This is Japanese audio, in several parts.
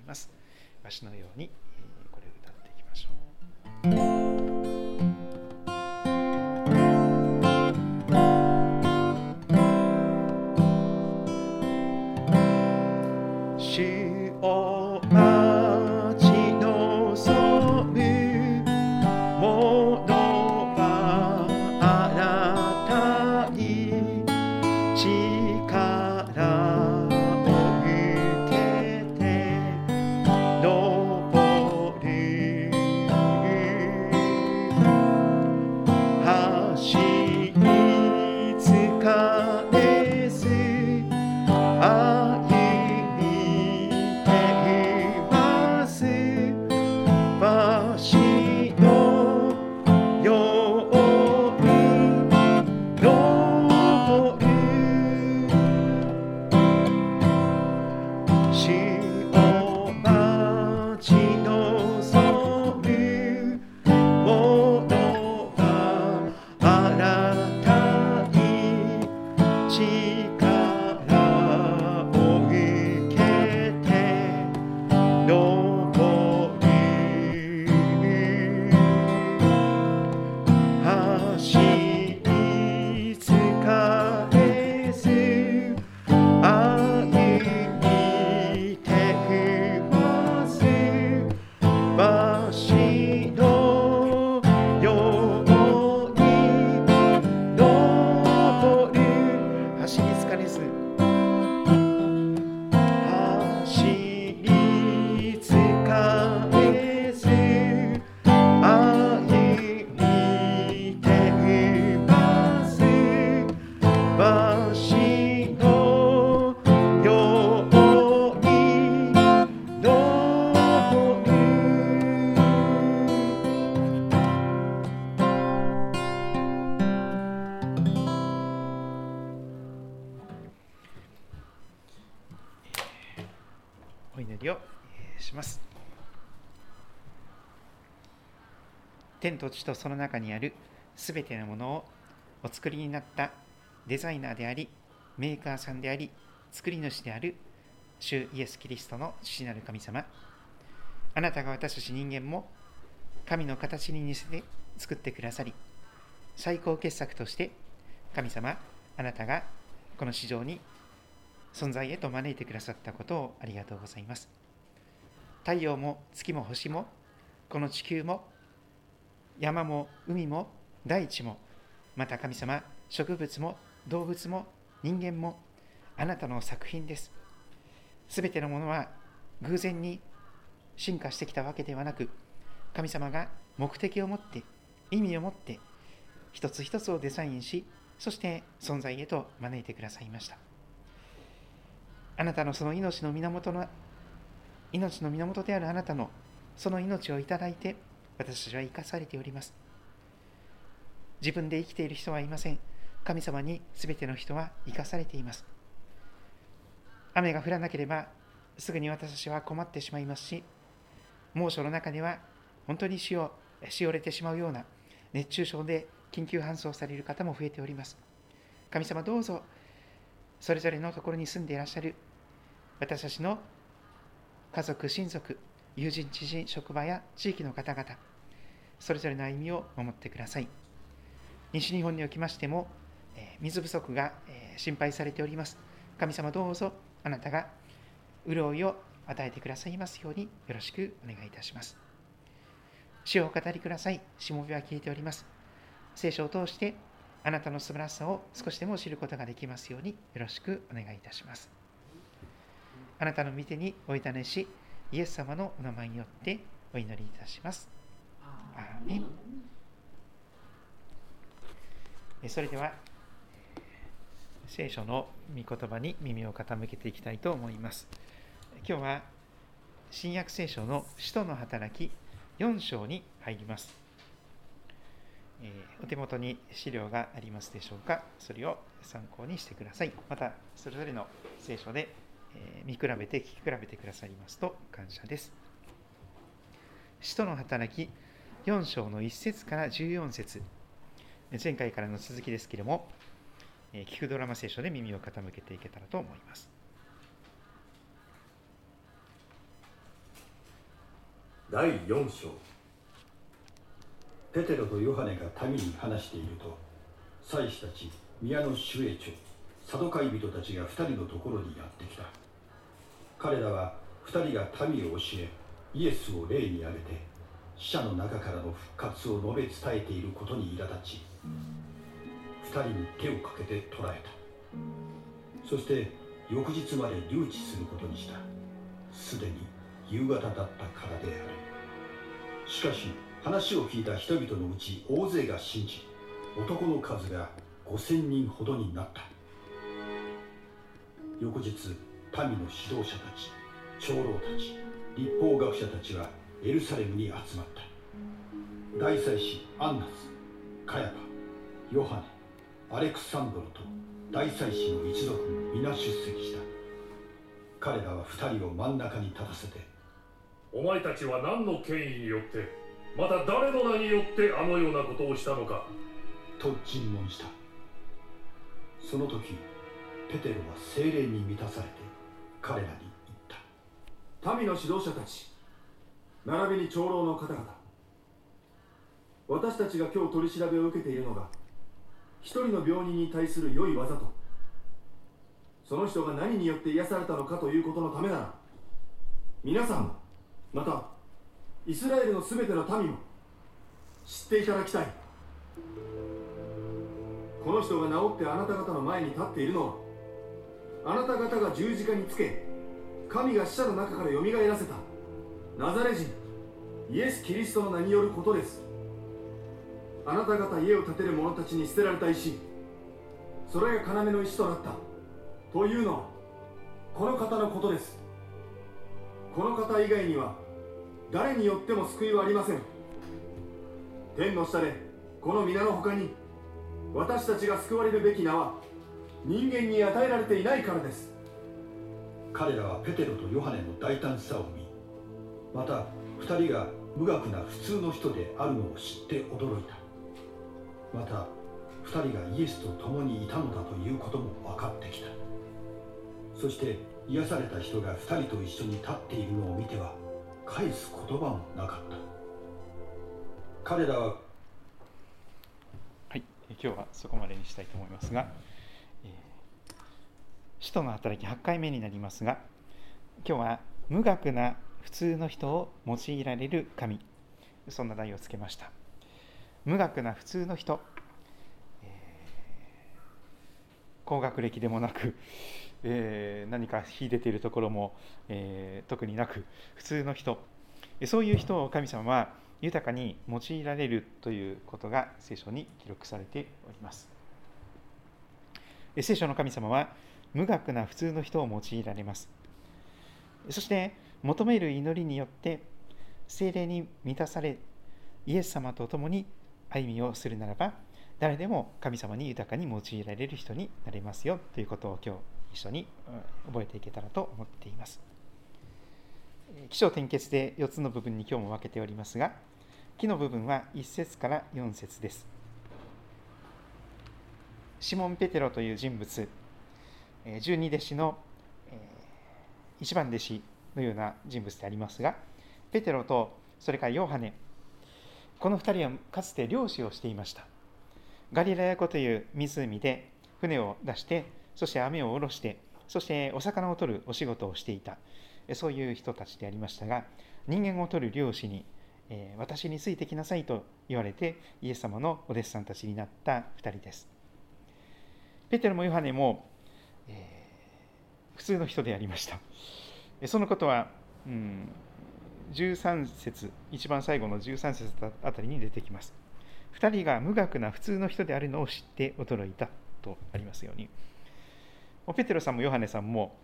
ます。わしのようにこれを歌っていきましょう。主を待ち望む者はあなたに力を受けて登る。走り疲れず歩みています。わしのように登る。主を待ち望む者はあなたに力を受けて登る。走り疲れず歩みています。わしのように登る。走り疲れず走り疲れず歩みています。わしのように登る。お祈りをします。天と地とその中にあるすべてのものをお作りになったデザイナーでありメーカーさんであり作り主である主イエス・キリストの父なる神様、あなたが私たち人間も神の形に似せて作ってくださり、最高傑作として神様あなたがこの市場に存在へと招いてくださったことをありがとうございます。太陽も月も星もこの地球も山も海も大地も、また神様植物も動物も人間もあなたの作品です。すべてのものは偶然に進化してきたわけではなく、神様が目的を持って意味を持って一つ一つをデザインし、そして存在へと招いてくださいました。あなたのその命の源であるあなたのその命をいただいて私たちは生かされております。自分で生きている人はいません。神様にすべての人は生かされています。雨が降らなければすぐに私たちは困ってしまいますし、猛暑の中では本当にしおれてしまうような熱中症で緊急搬送される方も増えております。神様どうぞそれぞれのところに住んでいらっしゃる私たちの家族、親族、友人、知人、職場や地域の方々、それぞれの歩みを守ってください。西日本におきましても、水不足が心配されております。神様どうぞあなたが潤いを与えてくださいますようによろしくお願いいたします。主をお語りください。しもべは聞いております。聖書を通してあなたの素晴らしさを少しでも知ることができますようによろしくお願いいたします。あなたの御手にお委ねし、イエス様のお名前によってお祈りいたします。アーメン。それでは聖書の御言葉に耳を傾けていきたいと思います。今日は新約聖書の使徒の働き4章に入ります。お手元に資料がありますでしょうか。それを参考にしてください。またそれぞれの聖書で見比べて聞き比べてくださいますと感謝です。使徒の働き4章の1節から14節、前回からの続きですけれども、聞くドラマ聖書で耳を傾けていけたらと思います。 第4章。ペテロとヨハネが民に話していると、祭司たち、宮の守衛長、サドカイ人たちが2人のところにやってきた。彼らは2人が民を教え、イエスを例に挙げて、死者の中からの復活を述べ伝えていることに苛立ち、2人に手をかけて捕らえた。そして翌日まで留置することにした。すでに夕方だったからである。しかし話を聞いた人々のうち大勢が信じ、男の数が5000人ほどになった。翌日、民の指導者たち、長老たち、律法学者たちはエルサレムに集まった。大祭司アンナス、カヤパ、ヨハネ、アレクサンドロと大祭司の一族も皆出席した。彼らは2人を真ん中に立たせて、 お前たちは何の権威によって、また誰の名によってあのようなことをしたのかと尋問した。その時ペテロは聖霊に満たされて彼らに言った。 民の指導者たち、並びに長老の方々、私たちが今日取り調べを受けているのが、一人の病人に対する良い技と、その人が何によって癒されたのかということのためなら、皆さんも、またイスラエルのすべての民も知っていただきたい。この人が治ってあなた方の前に立っているのは、あなた方が十字架につけ、神が死者の中からよみがえらせたナザレ人イエス・キリストの名によることです。あなた方家を建てる者たちに捨てられた石、それが要の石となったというのはこの方のことです。この方以外には誰によっても救いはありません。天の下でこの皆の他に私たちが救われるべき名は人間に与えられていないからです。 彼らはペテロとヨハネの大胆さを見、また2人が無学な普通の人であるのを知って驚いた。また2人がイエスと共にいたのだということも分かってきた。そして癒された人が2人と一緒に立っているのを見ては返す言葉もなかった。彼らは今日はそこまでにしたいと思いますが、使徒の働き8回目になりますが、今日は無学な普通の人を用いられる神、そんな題をつけました。無学な普通の人、高学歴でもなく、何か秀でているところも、特になく、普通の人、そういう人を神様は豊かに用いられるということが聖書に記録されております。聖書の神様は無学な普通の人を用いられます。そして求める祈りによって聖霊に満たされ、イエス様と共に歩みをするならば、誰でも神様に豊かに用いられる人になれますよということを今日一緒に覚えていけたらと思っています。起承転結で4つの部分に今日も分けておりますが、起の部分は1節から4節です。シモン・ペテロという人物、十二弟子の一番弟子のような人物でありますが、ペテロとそれからヨハネ、この2人はかつて漁師をしていました。ガリラヤ湖という湖で船を出して、そして網を下ろして、そしてお魚を取るお仕事をしていた、そういう人たちでありましたが、人間を取る漁師に、私についてきなさいと言われて、イエス様のお弟子さんたちになった2人です。ペテロもヨハネも、普通の人でありました。そのことは、13節、一番最後の13節あたりに出てきます。2人が無学な普通の人であるのを知って驚いたとありますように、ペテロさんもヨハネさんも、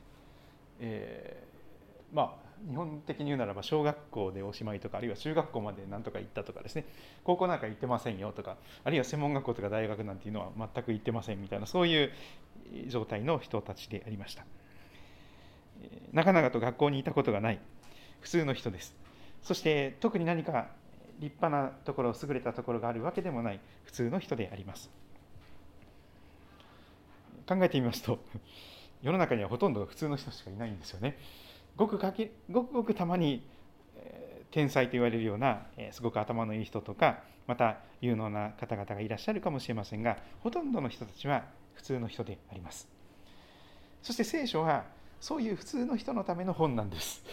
日本的に言うならば小学校でおしまいとか、あるいは中学校までなんとか行ったとかですね、高校なんか行ってませんよとか、あるいは専門学校とか大学なんていうのは全く行ってませんみたいな、そういう状態の人たちでありました。なかなかと学校にいたことがない普通の人です。そして特に何か立派なところ、優れたところがあるわけでもない普通の人であります。考えてみますと、世の中にはほとんど普通の人しかいないんですよね。ごくごくたまに天才と言われるような、すごく頭のいい人とか、また有能な方々がいらっしゃるかもしれませんが、ほとんどの人たちは普通の人であります。そして聖書はそういう普通の人のための本なんです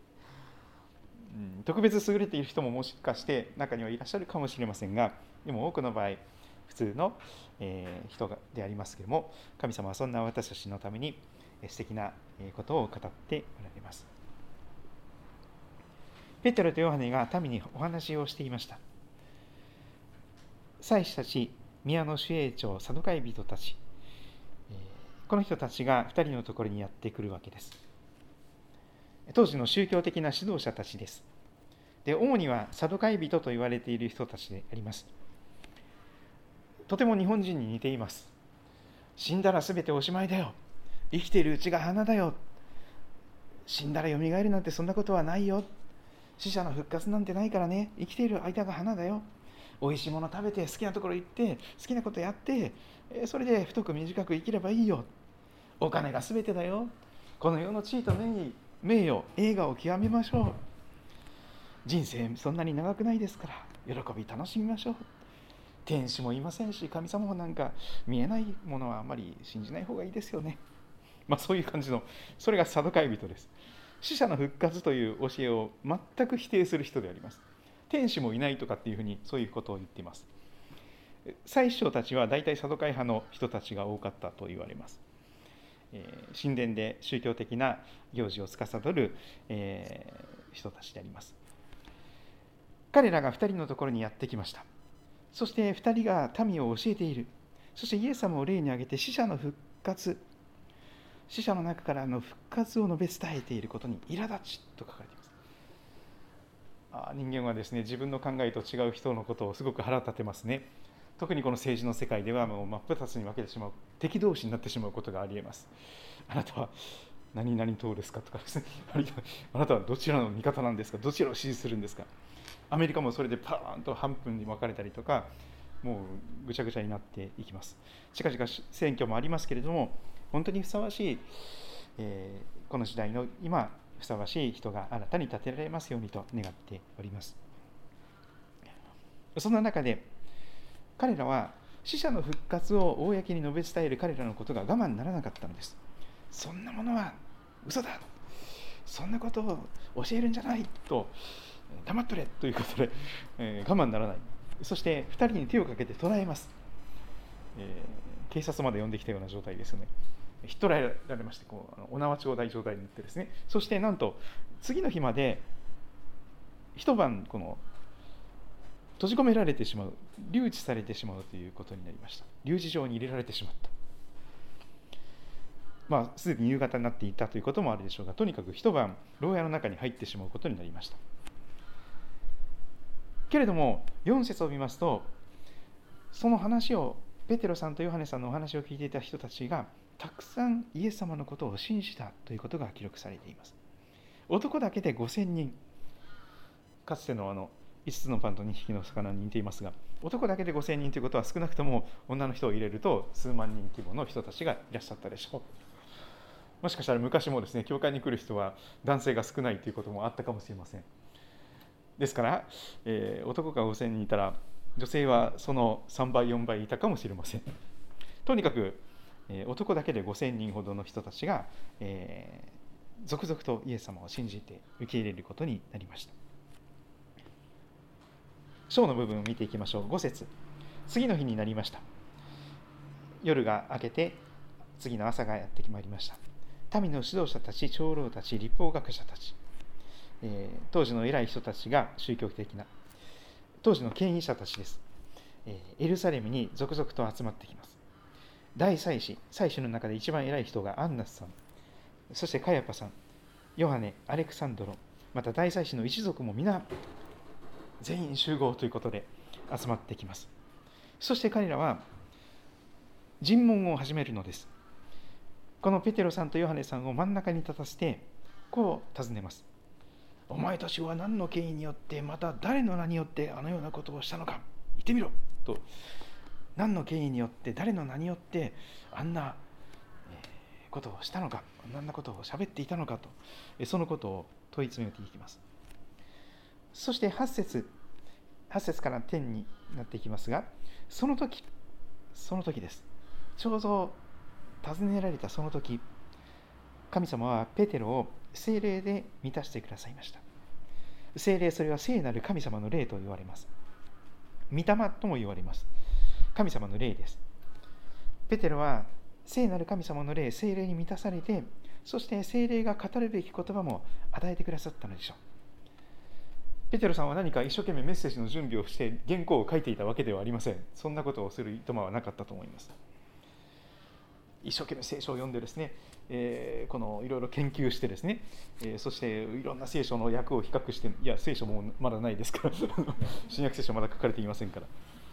特別優れている人ももしかして中にはいらっしゃるかもしれませんが、でも多くの場合普通の人でありますけれども、神様はそんな私たちのために素敵なことを語っておられます。ペテロとヨハネが民にお話をしていました。祭司たち、宮の守衛長、サドカイ人たち、この人たちが2人のところにやってくるわけです。当時の宗教的な指導者たちです。で、主にはサドカイ人と言われている人たちであります。とても日本人に似ています。死んだらすべておしまいだよ。生きているうちが花だよ。死んだらよみがえるなんてそんなことはないよ。死者の復活なんてないからね。生きている間が花だよ。おいしいもの食べて、好きなところ行って、好きなことやって、それで太く短く生きればいいよ。お金がすべてだよ。この世の地位と名誉、栄華を極めましょう。人生そんなに長くないですから、喜び楽しみましょう。天使もいませんし、神様もなんか見えないものはあまり信じない方がいいですよね。そういう感じの、それがサドカイ人です。死者の復活という教えを全く否定する人であります。天使もいないとかっていうふうにそういうことを言っています。祭司長たちは大体サドカイ派の人たちが多かったと言われます。神殿で宗教的な行事を司る、人たちであります。彼らが2人のところにやってきました。そして2人が民を教えている。そしてイエス様を例に挙げて死者の復活、死者の中からの復活を述べ伝えていることに苛立ちと書かれています。人間はですね、自分の考えと違う人のことをすごく腹立てますね。特にこの政治の世界ではもう真っ二つに分けてしまう、敵同士になってしまうことがありえます。あなたは何々党ですかとかですね、あなたはどちらの味方なんですか、どちらを支持するんですか。アメリカもそれでパーンと半分に分かれたりとか、もうぐちゃぐちゃになっていきます。近々選挙もありますけれども、本当にふさわしい、この時代の今ふさわしい人が新たに立てられますようにと願っております。そんな中で彼らは死者の復活を公に述べ伝える彼らのことが我慢ならなかったのです。そんなものは嘘だ、そんなことを教えるんじゃないと、黙っとれということで、我慢ならない。そして2人に手をかけて捕らえます。警察まで呼んできたような状態ですよね。ひっ捕らえられまして、お縄頂戴状態になってですね、そしてなんと次の日まで一晩閉じ込められてしまう、留置されてしまうということになりました。留置場に入れられてしまった。すでに夕方になっていたということもあるでしょうが、とにかく一晩牢屋の中に入ってしまうことになりました。けれども4節を見ますと、その話をペテロさんとヨハネさんのお話を聞いていた人たちがたくさんイエス様のことを信じたということが記録されています。男だけで5000人、かつての5つのパンと2匹の魚に似ていますが、男だけで5000人ということは少なくとも女の人を入れると数万人規模の人たちがいらっしゃったでしょう。もしかしたら昔もですね、教会に来る人は男性が少ないということもあったかもしれません。ですから、男が5000人いたら女性はその3倍4倍いたかもしれません。とにかく、男だけで5000人ほどの人たちが、続々とイエス様を信じて受け入れることになりました。章の部分を見ていきましょう。5節、次の日になりました。夜が明けて次の朝がやってまいりました。民の指導者たち、長老たち、律法学者たち、当時の偉い人たちが宗教的な当時の権威者たちです。エルサレムに続々と集まってきます。大祭司の中で一番偉い人がアンナスさん、そしてカヤパさん、ヨハネ、アレクサンドロ、また大祭司の一族も皆全員集合ということで集まってきます。そして彼らは尋問を始めるのです。このペテロさんとヨハネさんを真ん中に立たせてこう尋ねます。お前たちは何の権威によって、また誰の名によってあのようなことをしたのか、言ってみろと。何の権威によって、誰の名によってあんなことをしたのか、あんなことを喋っていたのかと、そのことを問い詰めていきます。 そして8節から10になっていきますが、その時です。ちょうど尋ねられたその時、神様はペテロを聖霊で満たしてくださいました。聖霊、それは聖なる神様の霊と言われます。御霊とも言われます。神様の霊です。ペテロは聖なる神様の霊、聖霊に満たされて、そして聖霊が語るべき言葉も与えてくださったのでしょう。ペテロさんは何か一生懸命メッセージの準備をして原稿を書いていたわけではありません。そんなことをする意図はなかったと思います。一生懸命聖書を読んでですね、このいろいろ研究してですね、そしていろんな聖書の訳を比較して、いや聖書もまだないですから新約聖書まだ書かれていませんから、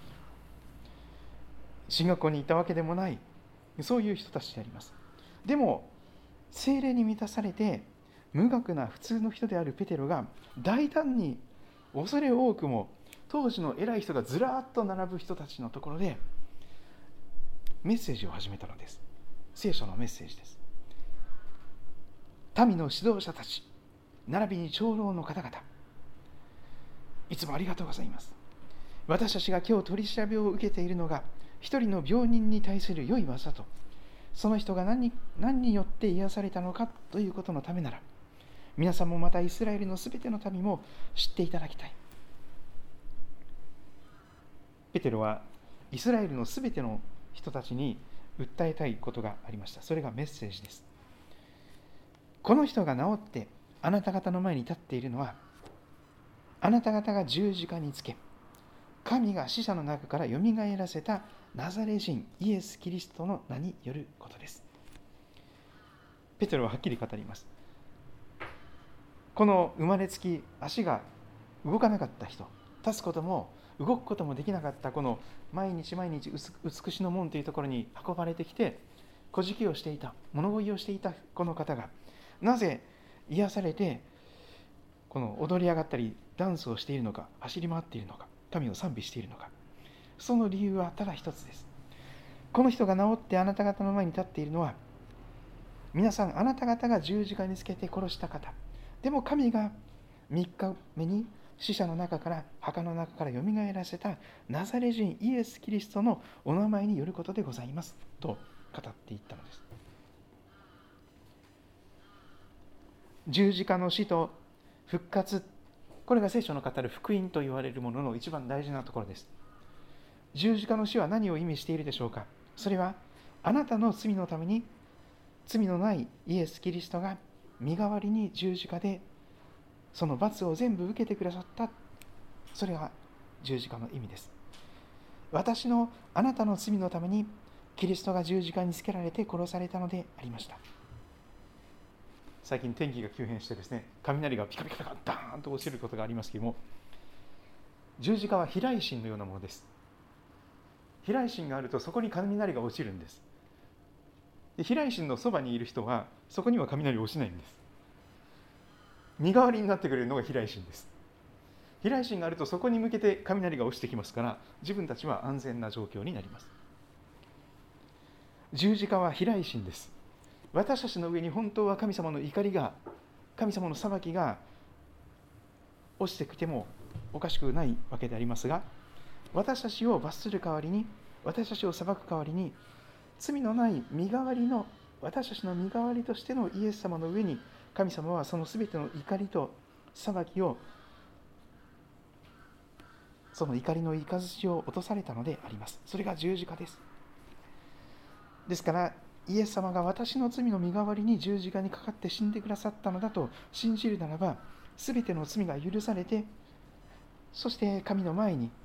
神学校にいたわけでもない、そういう人たちであります。でも聖霊に満たされて無学な普通の人であるペテロが大胆に、恐れ多くも当時の偉い人がずらっと並ぶ人たちのところでメッセージを始めたのです。聖書のメッセージです。民の指導者たち、並びに長老の方々、いつもありがとうございます。私たちが今日取り調べを受けているのが一人の病人に対する良い技と、その人が何によって癒されたのかということのためなら、皆さんもまたイスラエルのすべての民も知っていただきたい。ペテロはイスラエルのすべての人たちに訴えたいことがありました。それがメッセージです。この人が治ってあなた方の前に立っているのは、あなた方が十字架につけ、神が死者の中からよみがえらせたナザレ人イエス・キリストの名によることです。ペテロははっきり語ります。この生まれつき足が動かなかった人、立つことも動くこともできなかった、この毎日毎日美しの門というところに運ばれてきて、小じきをしていた、物乞いをしていたこの方が、なぜ癒されてこの踊り上がったりダンスをしているのか、走り回っているのか、神を賛美しているのか。その理由はただ一つです。この人が治ってあなた方の前に立っているのは、皆さん、あなた方が十字架につけて殺した方、でも神が3日目に死者の中から、墓の中からよみがえらせたナザレ人イエス・キリストのお名前によることでございますと語っていったのです。十字架の死と復活、これが聖書の語る福音と言われるものの一番大事なところです。十字架の死は何を意味しているでしょうか。それはあなたの罪のために、罪のないイエス・キリストが身代わりに十字架でその罰を全部受けてくださった、それが十字架の意味です。あなたの罪のためにキリストが十字架につけられて殺されたのでありました。最近天気が急変してですね、雷がピカピカピカダーンと落ちることがありますけれども、十字架は避雷針のようなものです。避雷針があるとそこに雷が落ちるんです。で、避雷針のそばにいる人はそこには雷落ちないんです。身代わりになってくれるのが避雷針です。避雷針があるとそこに向けて雷が落ちてきますから、自分たちは安全な状況になります。十字架は避雷針です。私たちの上に本当は神様の怒りが、神様の裁きが落ちてきてもおかしくないわけでありますが、私たちを罰する代わりに、私たちを裁く代わりに、罪のない身代わりの、私たちの身代わりとしてのイエス様の上に、神様はそのすべての怒りと裁きを、その怒りの雷を落とされたのであります。それが十字架です。ですからイエス様が私の罪の身代わりに十字架にかかって死んでくださったのだと信じるならば、すべての罪が許されて、そして神の前に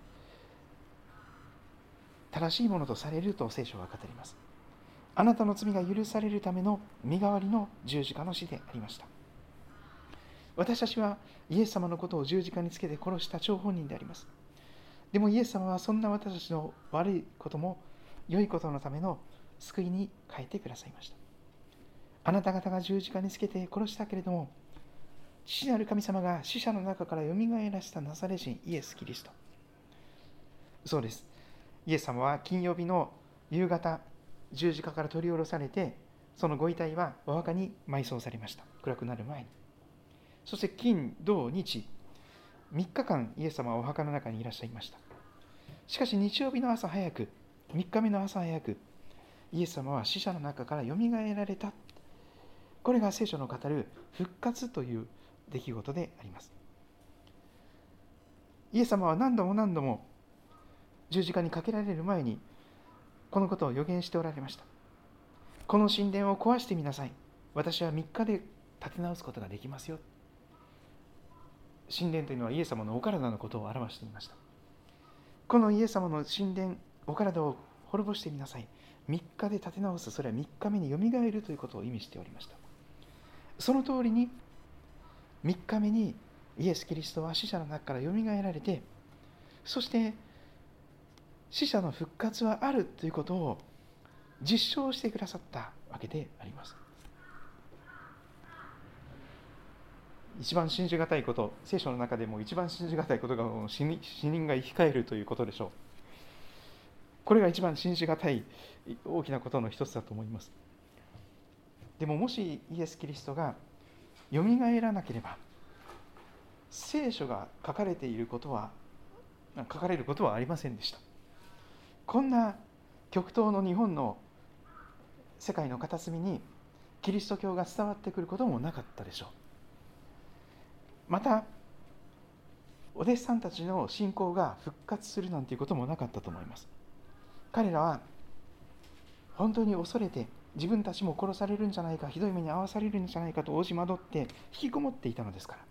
正しいものとされると聖書は語ります。あなたの罪が許されるための身代わりの十字架の死でありました。私たちはイエス様のことを十字架につけて殺した張本人であります。でもイエス様はそんな私たちの悪いことも良いことのための救いに変えてくださいました。あなた方が十字架につけて殺したけれども、父なる神様が死者の中からよみがえらせたナザレ人イエス・キリスト。そうです。イエス様は金曜日の夕方、十字架から取り下ろされて、そのご遺体はお墓に埋葬されました。暗くなる前に。そして金、土、日、 3日間イエス様はお墓の中にいらっしゃいました。しかし日曜日の朝早く、3日目の朝早く、イエス様は死者の中からよみがえられた。これが聖書の語る復活という出来事であります。イエス様は何度も何度も十字架にかけられる前にこのことを予言しておられました。この神殿を壊してみなさい。私は3日で立て直すことができますよ。神殿というのはイエス様のお体のことを表していました。このイエス様の神殿、お体を滅ぼしてみなさい。3日で立て直す、それは3日目によみがえるということを意味しておりました。その通りに3日目にイエス・キリストは死者の中からよみがえられて、そして死者の復活はあるということを実証してくださったわけであります。一番信じがたいこと、聖書の中でも一番信じがたいことが死人が生き返るということでしょう。これが一番信じがたい大きなことの一つだと思います。でももしイエス・キリストがよみがえらなければ、聖書が書かれることはありませんでした。こんな極東の日本の世界の片隅にキリスト教が伝わってくることもなかったでしょう。またお弟子さんたちの信仰が復活するなんていうこともなかったと思います。彼らは本当に恐れて、自分たちも殺されるんじゃないか、ひどい目に遭わされるんじゃないかと押し惑って引きこもっていたのですから。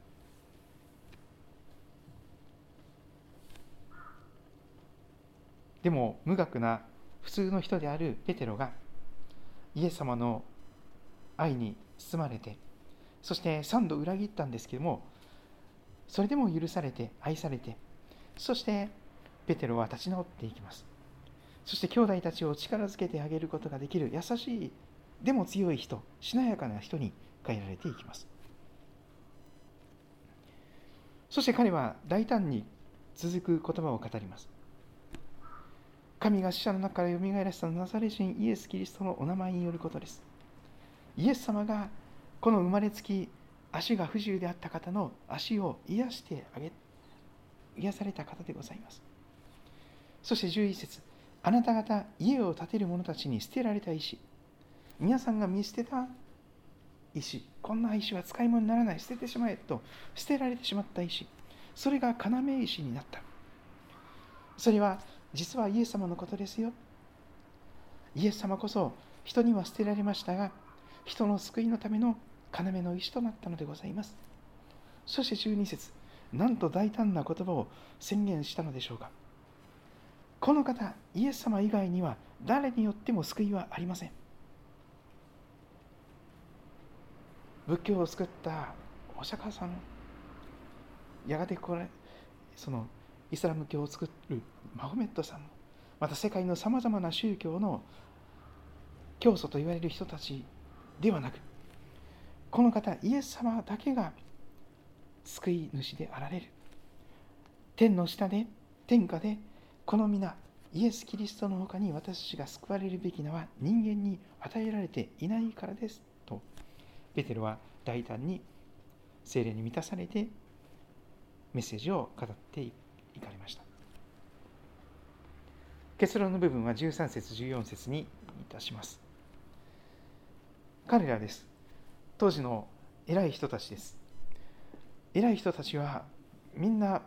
でも無学な普通の人であるペテロがイエス様の愛に包まれて、そして3度裏切ったんですけれども、それでも許されて愛されて、そしてペテロは立ち直っていきます。そして兄弟たちを力づけてあげることができる優しいでも強い人、しなやかな人に変えられていきます。そして彼は大胆に続く言葉を語ります。神が死者の中からよみがえらせたナザレ人イエス・キリストのお名前によることです。イエス様がこの生まれつき足が不自由であった方の足を癒された方でございます。そして11節、あなた方家を建てる者たちに捨てられた石、皆さんが見捨てた石、こんな石は使い物にならない、捨ててしまえと捨てられてしまった石、それが要石になった。それは実はイエス様のことですよ。イエス様こそ人には捨てられましたが、人の救いのための要の石となったのでございます。そして12節、なんと大胆な言葉を宣言したのでしょうか。この方イエス様以外には誰によっても救いはありません。仏教を作ったお釈迦さん、やがてそのイスラム教を作るマホメットさん、また世界のさまざまな宗教の教祖と言われる人たちではなく、この方イエス様だけが救い主であられる。天の下で天下でこの皆イエス・キリストの他に私たちが救われるべき名は人間に与えられていないからですと、ペテロは大胆に聖霊に満たされてメッセージを語っていかれました。結論の部分は13節14節にいたします。彼らです。当時の偉い人たちです。偉い人たちはみんな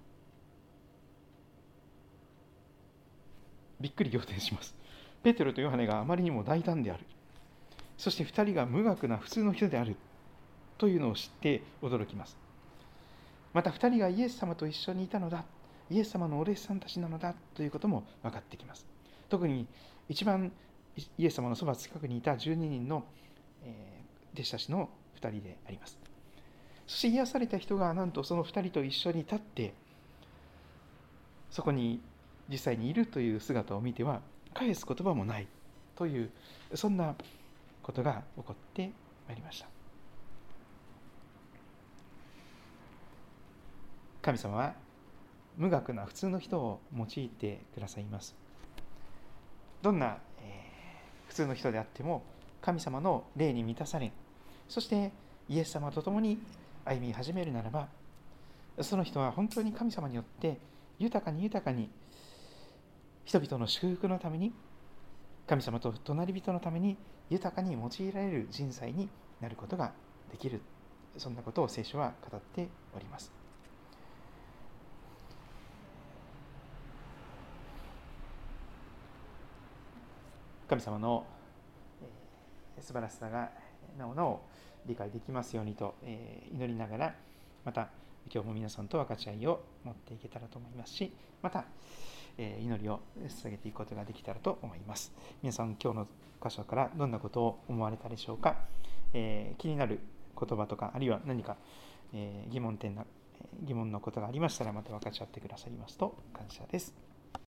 びっくり仰天します。ペテロとヨハネがあまりにも大胆である、そして2人が無学な普通の人であるというのを知って驚きます。また2人がイエス様と一緒にいたのだ、イエス様のお弟子さんたちなのだということも分かってきます。特に一番イエス様のそば近くにいた12人の弟子たちの2人であります。そして癒された人がなんとその2人と一緒に立ってそこに実際にいるという姿を見ては返す言葉もないという、そんなことが起こってまいりました。神様は無学な普通の人を用いてくださいます。どんな、普通の人であっても神様の霊に満たされ、そしてイエス様と共に歩み始めるならば、 その人は本当に神様によって豊かに豊かに人々の祝福のために、神様と隣人のために豊かに用いられる人材になることができる、そんなことを聖書は語っております。神様の素晴らしさがなおなお理解できますようにと祈りながら、また今日も皆さんと分かち合いを持っていけたらと思いますし、また祈りを捧げていくことができたらと思います。皆さん、今日の箇所からどんなことを思われたでしょうか。気になる言葉とか、あるいは何か疑問のことがありましたら、また分かち合ってくださりますと感謝です。